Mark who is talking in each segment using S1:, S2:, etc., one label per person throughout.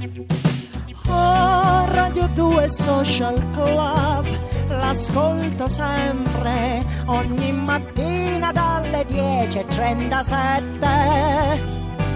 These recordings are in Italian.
S1: Oh, Radio 2 Social Club, l'ascolto sempre, ogni mattina dalle 10:37.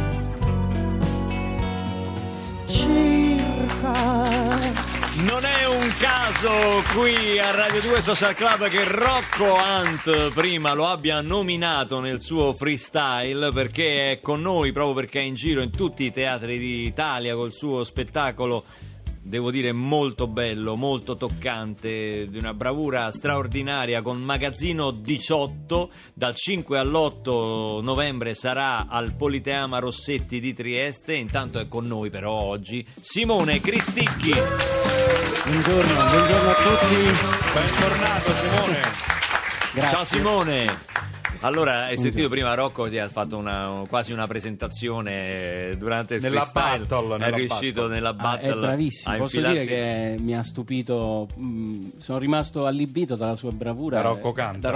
S1: Circa.
S2: Non è un caso qui a Radio 2 Social Club che Rocco Hunt prima lo abbia nominato nel suo freestyle, perché è con noi proprio perché è in giro in tutti i teatri d'Italia col suo spettacolo, devo dire molto bello, molto toccante, di una bravura straordinaria, con Magazzino 18. Dal 5 all'8 novembre sarà al Politeama Rossetti di Trieste. Intanto è con noi però oggi Simone Cristicchi.
S3: Buongiorno a tutti.
S2: Bentornato Simone.
S3: Grazie.
S2: Ciao Simone. Allora, hai sentito prima Rocco ti ha fatto quasi una presentazione durante il freestyle. È riuscito nella battle.
S3: È bravissimo, posso dire che mi ha stupito, sono rimasto allibito dalla sua bravura.
S4: Da Rocco Canta.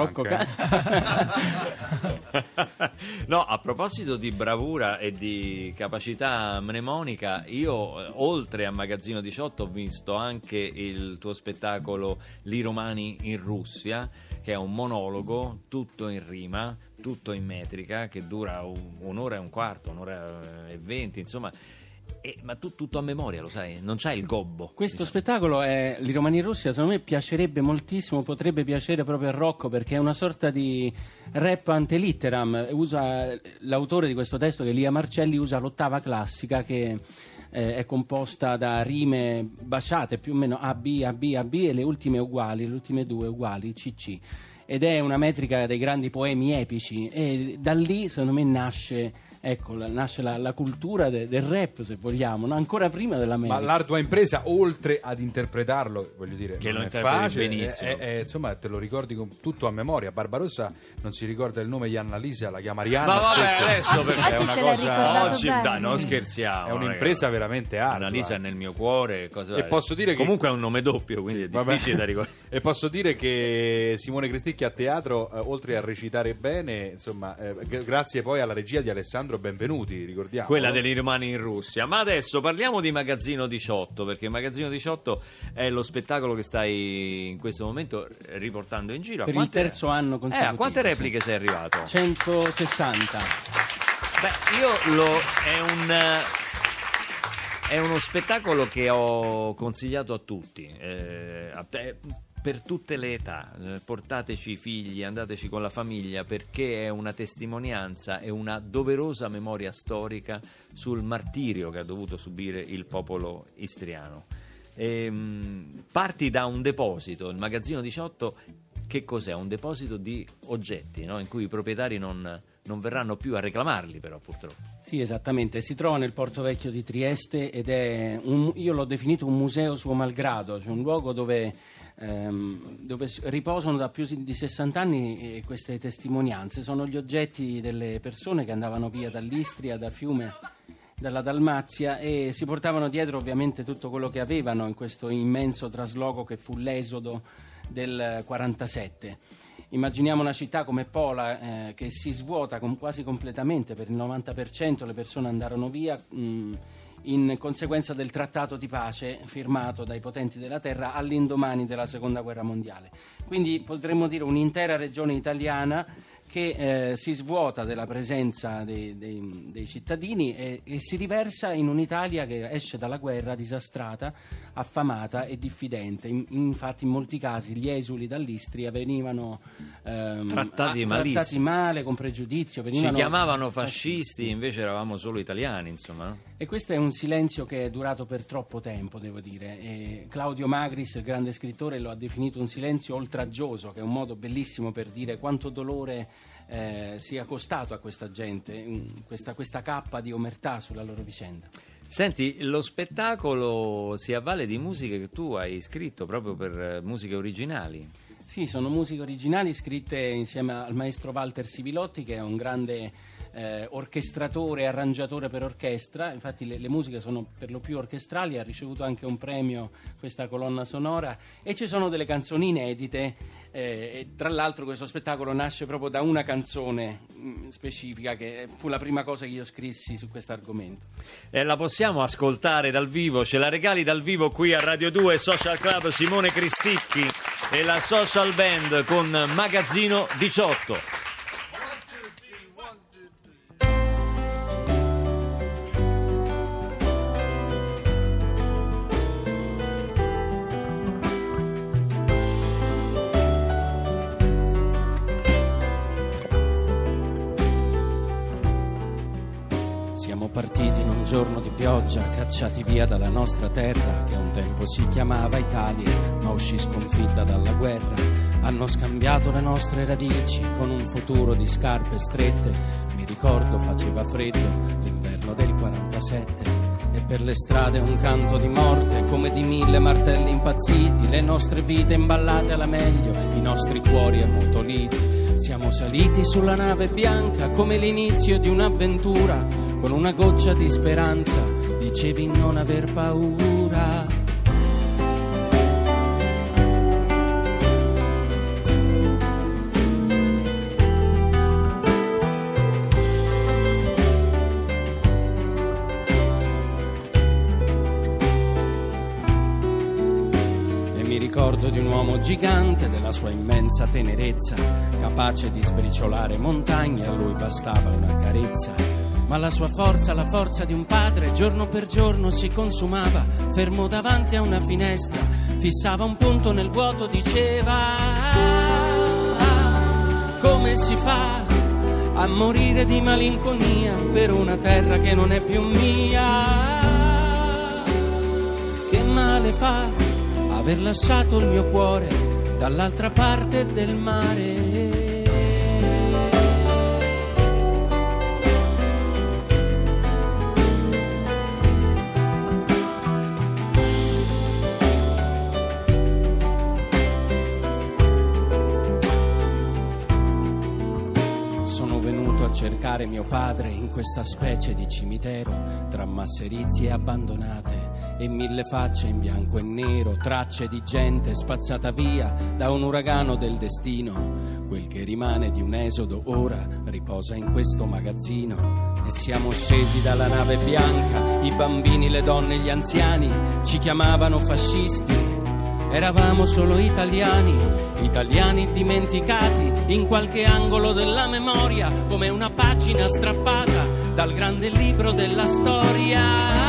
S2: No, a proposito di bravura e di capacità mnemonica, io oltre a Magazzino 18 ho visto anche il tuo spettacolo Li Romani in Russia, che è un monologo tutto in rima, tutto in metrica, che dura un'ora e un quarto, un'ora e 20, insomma. Ma tu tutto a memoria, lo sai, non c'hai il gobbo.
S3: Questo spettacolo è Li Romani in Russia, secondo me piacerebbe moltissimo, potrebbe piacere proprio a Rocco, perché è una sorta di rap ante litteram. L'autore di questo testo, che è Lia Marcelli, usa l'ottava classica, che è composta da rime baciate più o meno AB, AB, AB, e le ultime due uguali, CC, ed è una metrica dei grandi poemi epici, e da lì secondo me nasce la cultura del rap, se vogliamo, no? Ancora prima della metrica.
S4: Ma l'ardua impresa, oltre ad interpretarlo, voglio dire,
S2: che
S4: non
S2: lo
S4: è facile,
S2: benissimo.
S4: Insomma, te lo ricordi tutto a memoria. Barbarossa non si ricorda il nome di Annalisa, la chiama Rihanna.
S2: Ma vabbè, adesso
S5: Oggi
S2: perché
S5: se l'è ricordato
S2: oggi
S5: bene.
S2: dai, non scherziamo.
S4: È un'impresa veramente ardua.
S2: Annalisa è nel mio cuore.
S4: E posso dire che
S2: comunque è un nome doppio, quindi è difficile da ricordare.
S4: E posso dire che Simone Cristicchi a teatro, oltre a recitare bene, insomma, grazie poi alla regia di Alessandro Benvenuti, ricordiamo.
S2: Quella dei Romani in Russia. Ma adesso parliamo di Magazzino 18, perché Magazzino 18 è lo spettacolo che stai in questo momento riportando in giro.
S3: Per il terzo anno consecutivo.
S2: A quante repliche sei arrivato?
S3: 160.
S2: Beh, è uno spettacolo che ho consigliato a tutti, a te, per tutte le età. Portateci i figli, andateci con la famiglia, perché è una testimonianza e una doverosa memoria storica sul martirio che ha dovuto subire il popolo istriano. Parti da un deposito, il Magazzino 18. Che cos'è? Un deposito di oggetti, no? In cui i proprietari non verranno più a reclamarli, però, purtroppo.
S3: Sì, esattamente, si trova nel Porto Vecchio di Trieste ed è io l'ho definito un museo suo malgrado, cioè un luogo dove riposano da più di 60 anni queste testimonianze. Sono gli oggetti delle persone che andavano via dall'Istria, da Fiume, dalla Dalmazia, e si portavano dietro ovviamente tutto quello che avevano in questo immenso trasloco che fu l'esodo del 47. Immaginiamo una città come Pola che si svuota quasi completamente, per il 90% le persone andarono via in conseguenza del trattato di pace firmato dai potenti della terra all'indomani della seconda guerra mondiale. Quindi potremmo dire un'intera regione italiana che si svuota della presenza dei cittadini e si riversa in un'Italia che esce dalla guerra disastrata, affamata e diffidente. Infatti in molti casi gli esuli dall'Istria venivano trattati male, con pregiudizio.
S2: Ci chiamavano fascisti, invece eravamo solo italiani, insomma.
S3: E questo è un silenzio che è durato per troppo tempo, devo dire. E Claudio Magris, il grande scrittore, lo ha definito un silenzio oltraggioso, che è un modo bellissimo per dire quanto dolore sia costato a questa gente questa cappa di omertà sulla loro vicenda.
S2: Senti, lo spettacolo si avvale di musiche che tu hai scritto proprio per musiche originali.
S3: Sì, sono musiche originali scritte insieme al maestro Walter Sivilotti, che è un grande orchestratore e arrangiatore per orchestra, infatti le musiche sono per lo più orchestrali, ha ricevuto anche un premio questa colonna sonora, e ci sono delle canzoni inedite, e tra l'altro questo spettacolo nasce proprio da una canzone specifica che fu la prima cosa che io scrissi su questo argomento.
S2: La possiamo ascoltare dal vivo, ce la regali dal vivo qui a Radio 2 Social Club, Simone Cristicchi e la Social Band con Magazzino 18.
S3: Siamo partiti in un giorno di pioggia, cacciati via dalla nostra terra, che un tempo si chiamava Italia, ma uscì sconfitta dalla guerra. Hanno scambiato le nostre radici con un futuro di scarpe strette. Mi ricordo faceva freddo, l'inverno del 47, e per le strade un canto di morte, come di 1000 martelli impazziti, le nostre vite imballate alla meglio, i nostri cuori ammutoliti. Siamo saliti sulla nave bianca come l'inizio di un'avventura, con una goccia di speranza, dicevi non aver paura. Mi ricordo di un uomo gigante, della sua immensa tenerezza, capace di sbriciolare montagne, a lui bastava una carezza. Ma la sua forza, la forza di un padre, giorno per giorno si consumava. Fermo davanti a una finestra, fissava un punto nel vuoto, diceva: come si fa a morire di malinconia per una terra che non è più mia? Che male fa aver lasciato il mio cuore dall'altra parte del mare. Sono venuto a cercare mio padre in questa specie di cimitero, tra masserizie abbandonate e 1000 facce in bianco e nero, tracce di gente spazzata via da un uragano del destino. Quel che rimane di un esodo ora riposa in questo magazzino. E siamo scesi dalla nave bianca, i bambini, le donne, gli anziani ci chiamavano fascisti. Eravamo solo italiani, italiani dimenticati in qualche angolo della memoria, come una pagina strappata dal grande libro della storia.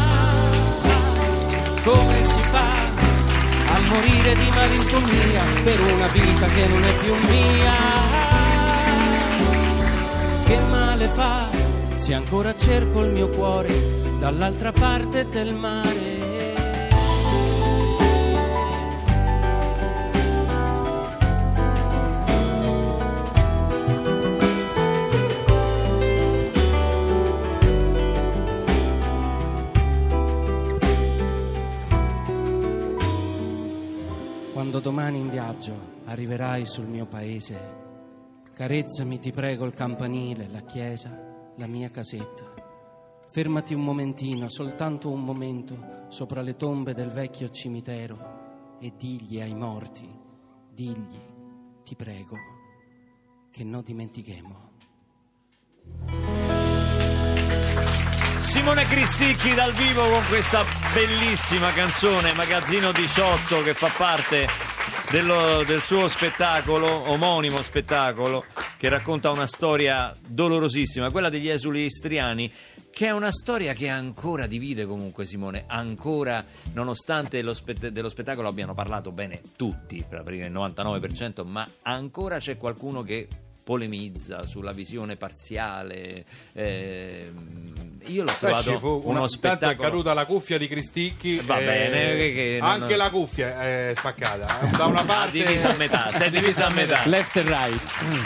S3: Come si fa a morire di malinconia per una vita che non è più mia? Che male fa se ancora cerco il mio cuore dall'altra parte del mare? Quando domani in viaggio arriverai sul mio paese, carezzami ti prego il campanile, la chiesa, la mia casetta. Fermati un momentino, soltanto un momento, sopra le tombe del vecchio cimitero e digli ai morti, digli, ti prego, che non dimentichemo.
S2: Simone Cristicchi dal vivo con questa bellissima canzone Magazzino 18, che fa parte del suo spettacolo, omonimo spettacolo, che racconta una storia dolorosissima, quella degli esuli istriani, che è una storia che ancora divide comunque, Simone, ancora, nonostante dello spettacolo abbiano parlato bene tutti, per il 99%, ma ancora c'è qualcuno che polemizza sulla visione parziale. Io l'ho trovato uno spettacolo.
S4: Tanto è caduta la cuffia di Cristicchi.
S2: Va bene,
S4: anche la cuffia è spaccata da una parte.
S2: Divisa a metà, si è divisa a metà.
S3: Left e right.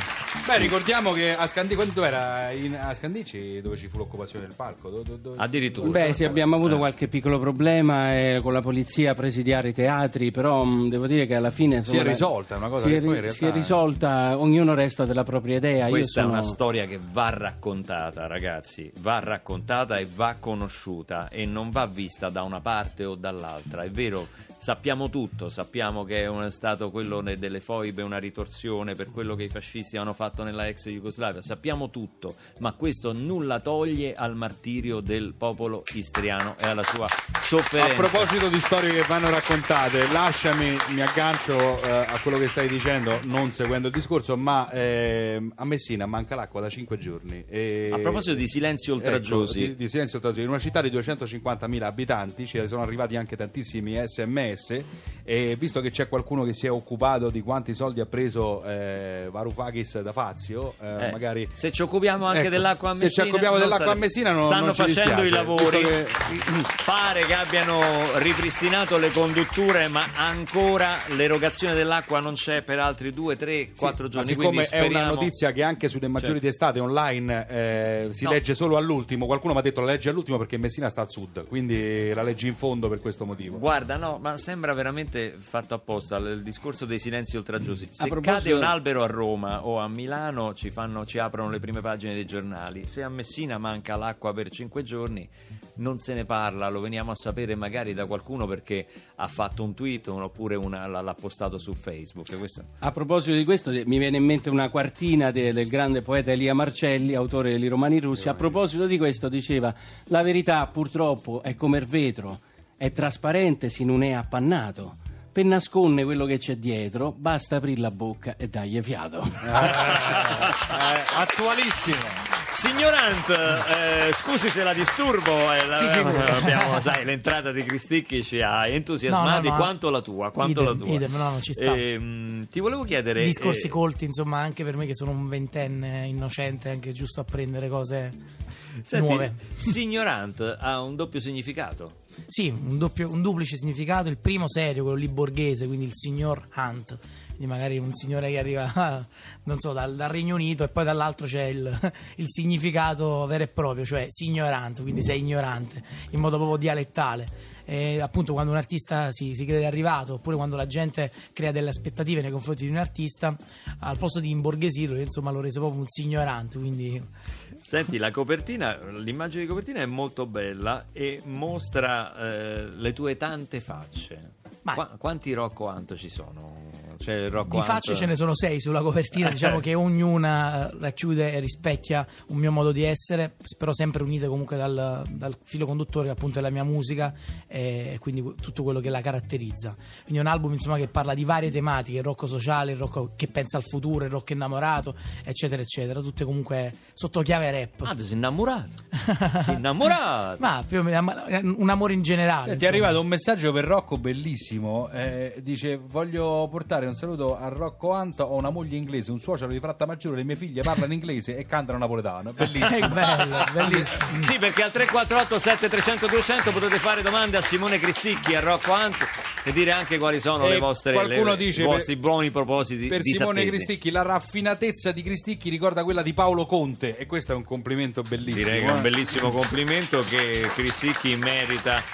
S4: Beh, ricordiamo che a Scandicci, a Scandicci dove ci fu l'occupazione del palco?
S2: Addirittura.
S3: Beh, sì, abbiamo avuto qualche piccolo problema con la polizia a presidiare i teatri, però devo dire che alla fine
S4: si è risolta, una cosa che poi in realtà
S3: si è risolta, ognuno resta della propria idea.
S2: Questa è una storia che va raccontata, ragazzi, va raccontata e va conosciuta e non va vista da una parte o dall'altra. È vero, sappiamo tutto, sappiamo che è stato quello delle foibe una ritorsione per quello che i fascisti hanno fatto nella ex Jugoslavia, sappiamo tutto, ma questo nulla toglie al martirio del popolo istriano e alla sua sofferenza.
S4: A proposito di storie che vanno raccontate, lasciami, mi aggancio a quello che stai dicendo, non seguendo il discorso, ma a Messina manca l'acqua da 5 giorni.
S2: A proposito di silenzi oltraggiosi,
S4: ecco, di silenzi oltraggiosi, in una città di 250.000 abitanti ci sono arrivati anche tantissimi SMS, e visto che c'è qualcuno che si è occupato di quanti soldi ha preso Varoufakis da Fazio, magari
S2: se ci occupiamo anche dell'acqua a Messina,
S4: se ci occupiamo dell'acqua a Messina
S2: stanno
S4: non
S2: facendo i lavori
S4: che...
S2: pare che abbiano ripristinato le condutture, ma ancora l'erogazione dell'acqua non c'è per altri 2, 3, 4 giorni.
S4: Siccome
S2: speriamo...
S4: è una notizia che anche sulle maggiori testate online si legge solo all'ultimo, qualcuno mi ha detto la leggi all'ultimo perché Messina sta al sud, quindi la leggi in fondo per questo motivo.
S2: Guarda, no, ma sembra veramente fatto apposta il discorso dei silenzi oltraggiosi. Se cade un albero a Roma o a Milano ci aprono le prime pagine dei giornali. Se a Messina manca l'acqua per 5 giorni non se ne parla, lo veniamo a sapere magari da qualcuno perché ha fatto un tweet oppure l'ha postato su Facebook.
S3: A proposito di questo mi viene in mente una quartina del grande poeta Elia Marcelli, autore dei Romani Russi. A proposito di questo diceva: la verità purtroppo è come il vetro, è trasparente se non è appannato. Per nascondere quello che c'è dietro basta aprire la bocca e dargli fiato.
S4: Attualissimo.
S2: Signor Hunt, scusi se la disturbo, abbiamo, sai, l'entrata di Cristicchi ci ha entusiasmati quanto la tua.
S5: Idem, non ci sta.
S2: Ti volevo chiedere
S5: discorsi colti, insomma, anche per me che sono un ventenne innocente, è anche giusto apprendere cose nuove.
S2: Signor Hunt ha un doppio significato.
S5: Sì, un duplice significato. Il primo serio, quello lì borghese, quindi il signor Hunt, quindi magari un signore che arriva non so dal Regno Unito, e poi dall'altro c'è il significato vero e proprio, cioè signorante, quindi sei ignorante, in modo proprio dialettale. Appunto, quando un artista si crede arrivato, oppure quando la gente crea delle aspettative nei confronti di un artista, al posto di imborghesirlo, insomma, l'ho reso proprio un signorante. Quindi
S2: senti, l'immagine di copertina è molto bella e mostra le tue tante facce. Quanti Rocco Hunt ci sono? Cioè, Rocco
S5: di facce ce ne sono 6 sulla copertina, diciamo che ognuna racchiude e rispecchia un mio modo di essere, però sempre unite comunque dal filo conduttore che appunto è la mia musica, e quindi tutto quello che la caratterizza. Quindi è un album, insomma, che parla di varie tematiche: il rock sociale, il rock che pensa al futuro, il rock innamorato, eccetera eccetera, tutte comunque sotto chiave rap.
S2: Sei innamorato? Sei innamorato?
S5: Ma più o meno un amore in generale.
S4: Ti è arrivato un messaggio per Rocco bellissimo, dice: voglio portare un saluto a Rocco Hunt, ho una moglie inglese, un suocero di Frattamaggiore, le mie figlie parlano inglese e cantano napoletano. Bellissimo.
S5: Bello, bellissimo.
S2: Sì, perché al 348 7300 200 potete fare domande a Simone Cristicchi, a Rocco Hunt, e dire anche quali sono le vostre, i vostri buoni propositi
S4: per
S2: disattesi.
S4: Simone Cristicchi, la raffinatezza di Cristicchi ricorda quella di Paolo Conte, e questo è un complimento bellissimo.
S2: Direi che è un bellissimo complimento che Cristicchi merita.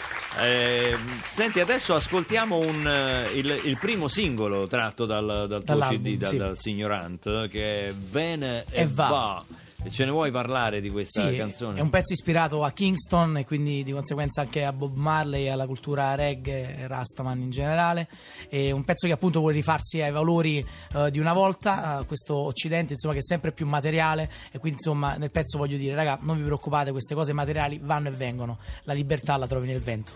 S2: Senti, adesso ascoltiamo il primo singolo tratto dal tuo CD, dal Signor Hunt, che è Vene e Va. E ce ne vuoi parlare di questa canzone?
S5: È un pezzo ispirato a Kingston e quindi di conseguenza anche a Bob Marley e alla cultura reggae e Rastaman in generale. È un pezzo che appunto vuole rifarsi ai valori di una volta, questo occidente, insomma, che è sempre più materiale, e quindi insomma nel pezzo voglio dire: raga, non vi preoccupate, queste cose materiali vanno e vengono, la libertà la trovi nel vento.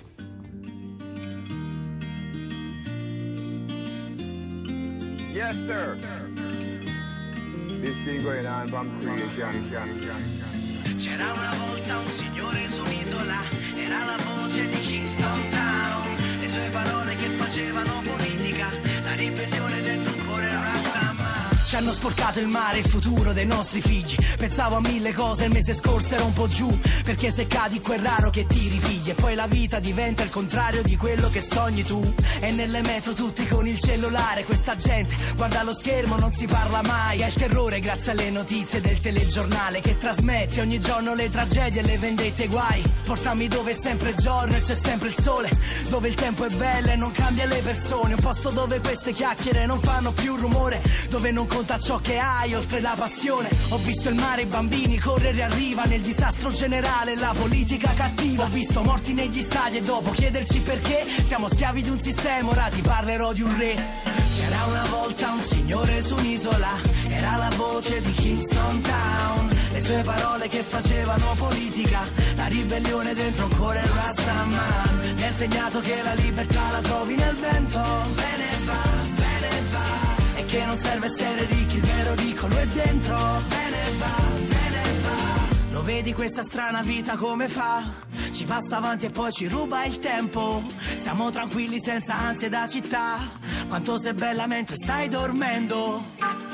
S6: Yes, sir. This thing going on from creation.
S7: C'era una volta un signore su un'isola, era la voce di Kingston Town, le sue parole che facevano politica, la ribellione dentro un cuore Rastaman.
S5: Ci
S8: hanno sporcato il mare, il futuro dei nostri figli. Pensavo a mille cose, il mese scorso ero un po' giù, perché se cadi quel raro che ti ripigli. E poi la vita diventa il contrario di quello che sogni tu. E nelle metro tutti con il cellulare, questa gente guarda lo schermo, non si parla mai. È il terrore grazie alle notizie del telegiornale che trasmette ogni giorno le tragedie e le vendette, guai. Portami dove è sempre giorno e c'è sempre il sole, dove il tempo è bello e non cambia le persone. Un posto dove queste chiacchiere non fanno più rumore, dove non conta ciò che hai oltre la passione. Ho visto il mare, i bambini correre e arriva, nel disastro generale la politica cattiva. Ho visto morti negli stadi e dopo chiederci perché siamo schiavi di un sistema, ora ti parlerò di un re. C'era una volta un signore su un'isola, era la voce di Kingston Town, le sue parole che facevano politica, la ribellione dentro un cuore Rastaman. Mi ha insegnato che la libertà la trovi nel vento, ve ne va, e che non serve essere ricchi, il vero ricco è dentro, ve ne va. Lo vedi questa strana vita come fa? Ci passa avanti e poi ci ruba il tempo. Stiamo tranquilli senza ansie da città. Quanto sei bella mentre stai dormendo.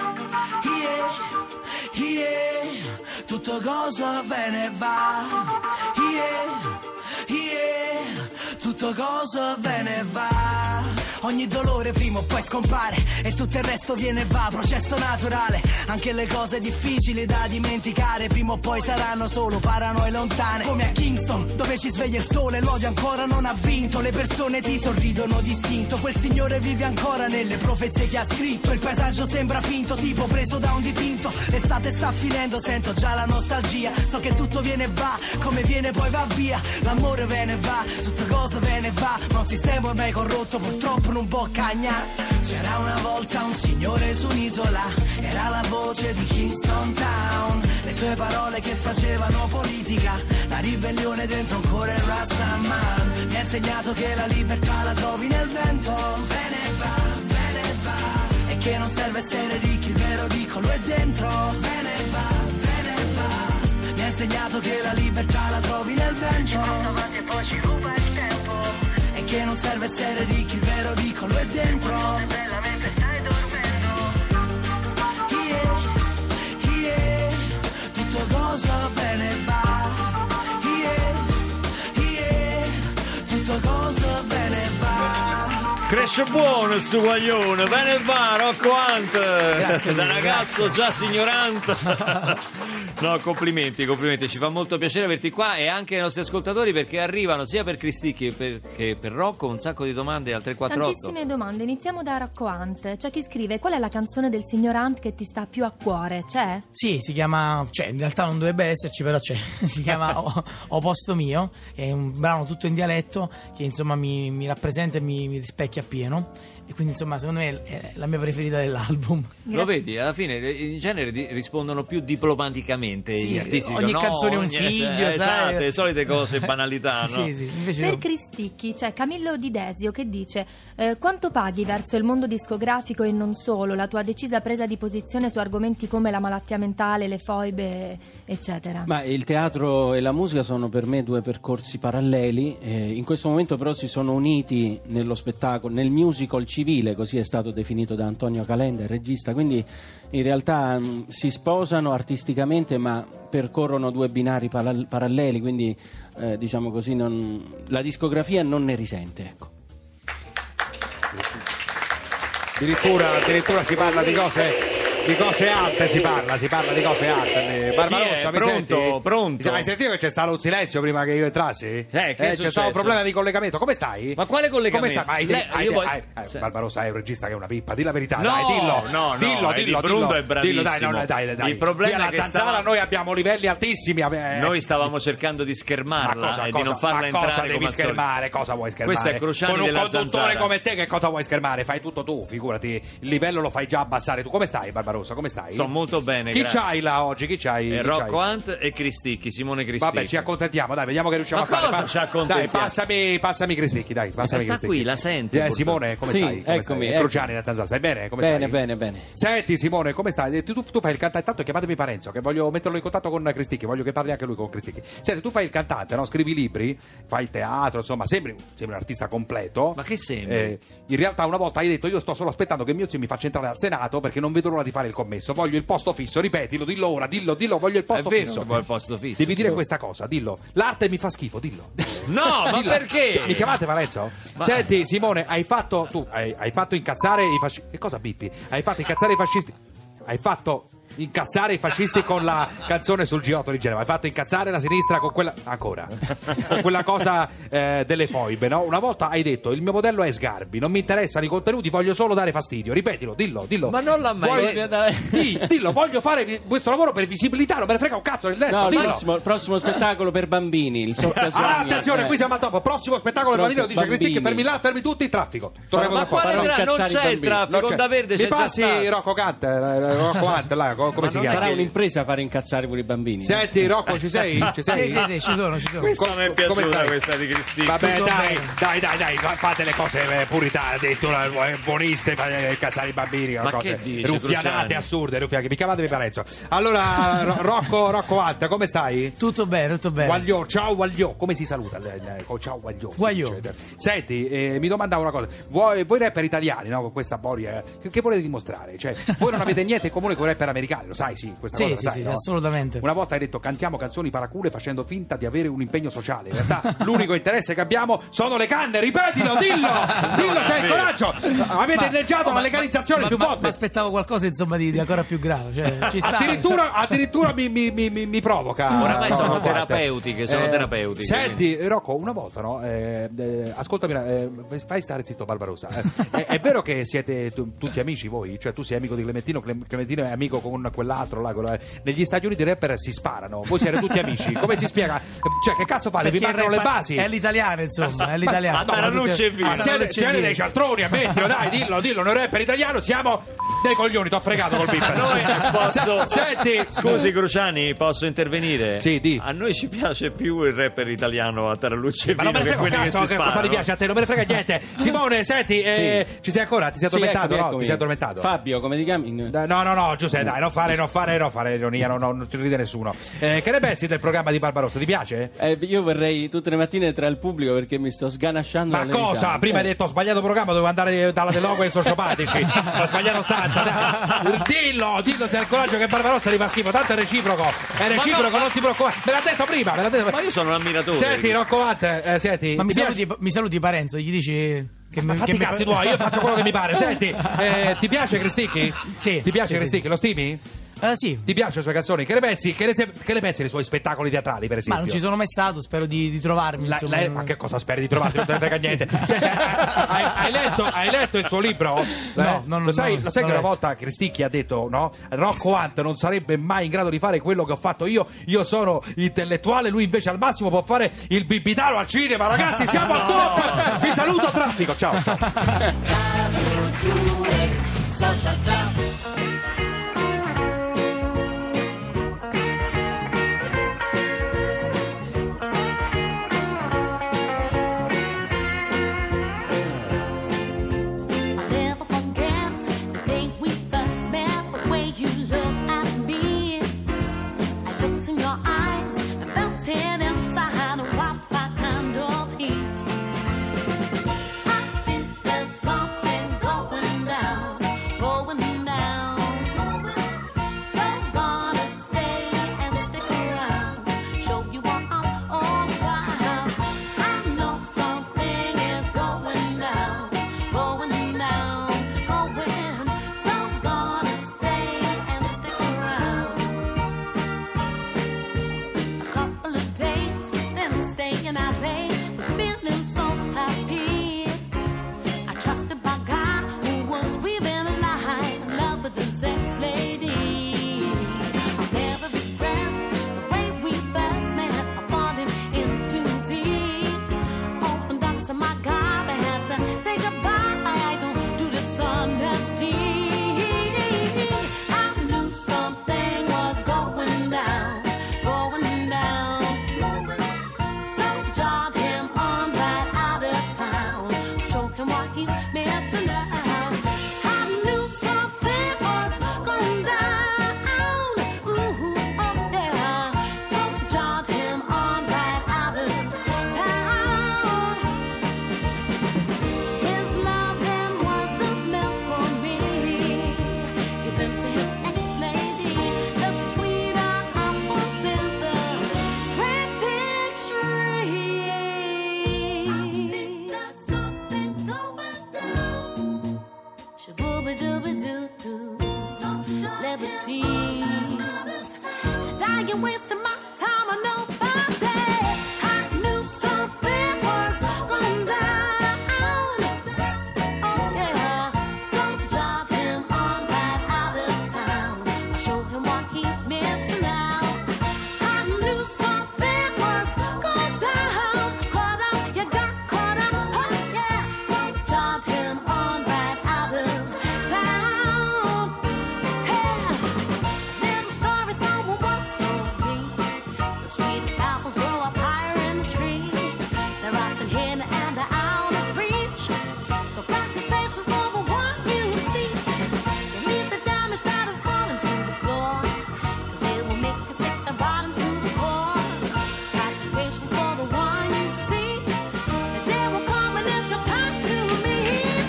S8: Yeah, yeah. Tutto cosa ve ne va. Yeah, yeah. Tutto cosa ve ne va. Ogni dolore prima o poi scompare e tutto il resto viene e va, processo naturale. Anche le cose difficili da dimenticare prima o poi saranno solo paranoie lontane. Come a Kingston, dove ci sveglia il sole, l'odio ancora non ha vinto, le persone ti sorridono distinto. Quel signore vive ancora nelle profezie che ha scritto. Il paesaggio sembra finto, tipo preso da un dipinto. L'estate sta finendo, sento già la nostalgia. So che tutto viene e va, come viene poi va via. L'amore ve ne va, tutte cose ve ne va. Ma un sistema ormai corrotto purtroppo non può cagnare. C'era una volta un signore su un'isola, era la voce di Kingston Town, le sue parole che facevano politica, la ribellione dentro un cuore Rastaman. Mi ha insegnato che la libertà la trovi nel vento, ve ne va, e che non serve essere ricchi, il vero ricco è dentro, ve ne va. Mi ha insegnato che la libertà la trovi nel vento, ci passa avanti e poi ci ruba il tempo, e che non serve essere ricchi, il vero ricco è dentro. Quanto sei bella mentre stai dormendo. Yeah, yeah. Tutto cosa ve ne va. Yeah, yeah. Tutto cosa ve ne va.
S2: Cresce buono sto guaglione, bene va, Rocco Hunt.
S5: Grazie,
S2: da ragazzo già signorante. No, complimenti, ci fa molto piacere averti qua e anche ai nostri ascoltatori, perché arrivano sia per Cristicchi che per Rocco un sacco di domande al 348.
S9: Tantissime domande, iniziamo da Rocco Hunt. C'è chi scrive: qual è la canzone del signor Hunt che ti sta più a cuore? C'è?
S5: Sì, si chiama, cioè in realtà non dovrebbe esserci, però c'è. Si chiama O Posto Mio, è un brano tutto in dialetto che insomma mi rappresenta e mi rispecchia appieno. E quindi insomma secondo me è la mia preferita dell'album.
S2: Lo vedi, alla fine in genere rispondono più diplomaticamente
S5: sì,
S2: gli artisti.
S5: ogni
S2: dicono,
S5: canzone è un figlio, sai?
S2: Esatto, le solite cose, banalità, no?
S5: Sì, invece
S9: per Cristicchi c'è Camillo Di Desio che dice: quanto paghi verso il mondo discografico e non solo, la tua decisa presa di posizione su argomenti come la malattia mentale, le foibe, eccetera?
S3: Ma il teatro e la musica sono per me due percorsi paralleli, in questo momento però si sono uniti nello spettacolo, nel musical civile, così è stato definito da Antonio Calenda, il regista, quindi in realtà si sposano artisticamente ma percorrono due binari paralleli, quindi diciamo così la discografia non ne risente, ecco.
S4: Addirittura si parla di cose alte, si parla di cose alte. Barbarossa, mi senti?
S2: Pronto?
S4: Hai sentito che c'è stato un silenzio prima che io entrassi?
S2: C'è
S4: stato un problema di collegamento. Come stai?
S2: Ma quale collegamento?
S4: Barbarossa è un regista che è una pippa, di la verità,
S2: no,
S4: dai, dillo.
S2: Dillo, Bruno è bravissimo.
S4: Dai.
S2: Il problema è che
S4: noi abbiamo livelli altissimi.
S2: Noi stavamo cercando di schermarla e di non farla entrare.
S4: Cosa devi schermare? Cosa vuoi schermare?
S2: Questo è Cruciani
S4: con un
S2: della
S4: conduttore
S2: Zanzara.
S4: come te che cosa vuoi schermare? Fai tutto tu, figurati. Il livello lo fai già abbassare tu. Come stai, Barbarossa? Come stai?
S2: Sto molto bene,
S4: Chi
S2: grazie.
S4: c'hai là oggi? Chi c'hai?
S2: Rocco Hunt e Cristicchi, Simone Cristicchi.
S4: Vabbè, ci accontentiamo, dai, vediamo che riusciamo a fare.
S2: Cosa ci accontentiamo?
S4: Dai, passami Cristicchi, dai, passami
S2: sta
S4: Cristicchi.
S2: qui, la senti?
S4: Simone, come
S3: Sì,
S4: stai? Come
S3: eccomi,
S4: stai? Cruciani da Tanzania, stai bene? Come stai?
S3: Bene.
S4: Senti Simone, come stai? Tu fai il cantante, tanto chiamatemi Parenzo, che voglio metterlo in contatto con Cristicchi, voglio che parli anche lui con Cristicchi. Senti, tu fai il cantante, no? Scrivi libri, fai teatro, insomma, sembri un artista completo.
S2: Ma che sembri?
S4: In realtà una volta hai detto: io sto solo aspettando che mio zio mi faccia entrare al Senato perché non vedo l'ora di fare il commesso. Voglio il posto fisso, ripetilo, dillo ora, dillo, voglio il posto
S2: È vero
S4: fisso.
S2: che vuoi il posto fisso.
S4: Devi dire
S2: sì.
S4: questa cosa, dillo. L'arte mi fa schifo, dillo.
S2: No, ma
S4: Dillo.
S2: perché?
S4: Cioè, mi chiamate Parenzo? Senti, Simone, hai fatto incazzare i fascisti. Che cosa, Pippi? Hai fatto incazzare i fascisti. Hai fatto incazzare i fascisti con la canzone sul G8 di Genova. Hai fatto incazzare la sinistra con quella ancora con quella cosa delle foibe, no? Una volta hai detto il mio modello è Sgarbi, non mi interessano i contenuti, voglio solo dare fastidio. Ripetilo, dillo.
S2: Ma non l'ha mai
S4: Dillo, voglio fare questo lavoro per visibilità, non me ne frega un cazzo del resto.
S3: No,
S4: dillo.
S3: il prossimo spettacolo per bambini, il sottosuono.
S4: Attenzione, qui siamo al top. Prossimo spettacolo per bambini, lo dice Cristicchi, fermi là, fermi tutti il traffico. Torniamo
S2: Ma
S4: da qua.
S2: quale non
S3: incazzare i
S2: c'è il
S3: bambini.
S2: traffico?
S4: Non c'è.
S2: Onda Verde
S4: Mi
S2: c'è già
S4: passi
S2: stato.
S4: Rocco Hunt, là, come si chiama?
S3: Sarà un'impresa fare incazzare pure i bambini.
S4: Senti Rocco, ci sei? Ci sei?
S5: Sì, ci sono.
S2: Questa mi è
S4: come
S2: piaciuta,
S4: stai?
S2: questa di Cristina.
S4: Vabbè,
S5: Tutto
S4: dai, fate le cose puritane, addirittura buoniste, fate cazzare i bambini.
S2: Ma
S4: cose
S2: che dici,
S4: ruffianate
S2: Cruciani?
S4: assurde, mi chiamatevi Parenzo. Allora, Rocco Hunt, come stai?
S5: Tutto bene.
S4: Guagliò, ciao Guagliò, come si saluta? Ciao Guagliò.
S5: Guagliò.
S4: Senti, mi domandavo una cosa, voi rapper italiani, no, con questa boria, che volete dimostrare? Cioè, voi non avete niente in comune con i rapper americani, lo sai, sì, questa cosa la sai,
S5: Sì,
S4: no?
S5: assolutamente.
S4: Una volta hai detto cantiamo canzoni paracule facendo finta di avere un impegno sociale. In realtà l'unico interesse che abbiamo sono le canne. Ripetilo, dillo, c'è il coraggio. Avete inneggiato la legalizzazione più
S5: Ma
S4: volte.
S5: aspettavo qualcosa insomma di ancora più grave. Cioè, ci sta.
S4: Addirittura mi provoca.
S2: Oramai sono
S4: Rocco Hunt.
S2: terapeutiche, terapeutiche.
S4: Senti, Rocco, una volta, no? Ascoltami, fai stare zitto, Barbarossa. È vero che siete tutti amici voi? Cioè, tu sei amico di Clementino, Clementino è amico con quell'altro là. Negli Stati Uniti i rapper si sparano, voi siete tutti amici. Come si spiega? Cioè, che cazzo fate? Vi
S5: Perché
S4: mancano le basi?
S5: È l'italiano, insomma, è l'italiano.
S2: Ma la luce e via.
S4: Siete dei cialtroni, ammettilo, dai, dillo, noi rapper italiano siamo dei coglioni, t'ho fregato col bip.
S2: Noi posso.
S4: Senti,
S2: Scusi Cruciani, posso intervenire?
S4: Sì, di.
S2: A noi ci piace più il rapper italiano a Tarallucce e
S4: Ma non
S2: Vino
S4: me ne
S2: che
S4: frega un
S2: quelli che
S4: cazzo,
S2: si
S4: che cosa ti
S2: sparano.
S4: piace a te, non me ne frega niente. Simone, senti, ci sei ancora? Ti sei addormentato, no?
S3: eccomi.
S4: Ti sei addormentato?
S3: Fabio, come ti chiami?
S4: No, Giuseppe, dai, non fare ironia, non ti ride nessuno. Che ne pensi del programma di Barbarossa? Ti piace?
S3: Io vorrei tutte le mattine tra il pubblico perché mi sto sganasciando.
S4: Ma
S3: dalle
S4: cosa?
S3: risate.
S4: Prima hai detto ho sbagliato programma, dovevo andare dalla De Logo ai sociopatici. Ho sbagliato stanza, dai. Dillo se hai il coraggio che Barbarossa ti fa schifo, tanto è reciproco, non ti preoccupare. Me l'ha detto prima.
S2: Ma io sono un ammiratore.
S4: Senti, Rocco Hunt, senti.
S5: Ma
S4: ti
S5: mi saluti Parenzo, gli dici che
S4: Ma fatti i cazzi tuoi, io faccio quello che mi pare. Senti, ti piace Cristicchi?
S5: Sì.
S4: Ti piace
S5: Sì,
S4: Cristicchi?
S5: sì.
S4: Lo stimi?
S5: Sì.
S4: Ti piacciono le sue canzoni? Che ne pensi? Che ne pensi dei suoi spettacoli teatrali, per
S5: Ma
S4: esempio?
S5: non ci sono mai stato, spero di trovarmi. Insomma.
S4: Ma che cosa speri di trovarti? Non te ne frega niente. Senti, hai letto il suo libro?
S5: No,
S4: lo sai
S5: no,
S4: che
S5: no.
S4: una volta Cristicchi ha detto, no? Rocco Hunt non sarebbe mai in grado di fare quello che ho fatto io. Io sono intellettuale, lui invece al massimo può fare il bibitaro al cinema. Ragazzi, siamo al top! Vi saluto, traffico. Ciao.
S10: I'll never forget the day we first met, the way you looked at me. I looked in your eyes and felt it inside, a wildfire kind of heat. I think there's something going down, going down.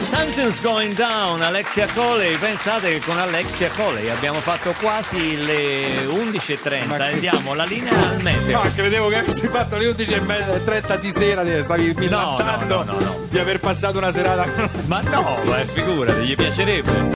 S2: Something's Going Down, Alexia Coley. Pensate che con Alexia Coley abbiamo fatto quasi le 11:30 e diamo la linea al meteo.
S4: No, credevo che avessi fatto le 11:30 di sera, stavi millantando
S2: no.
S4: di aver passato una serata.
S2: Ma no, figurati, gli piacerebbe.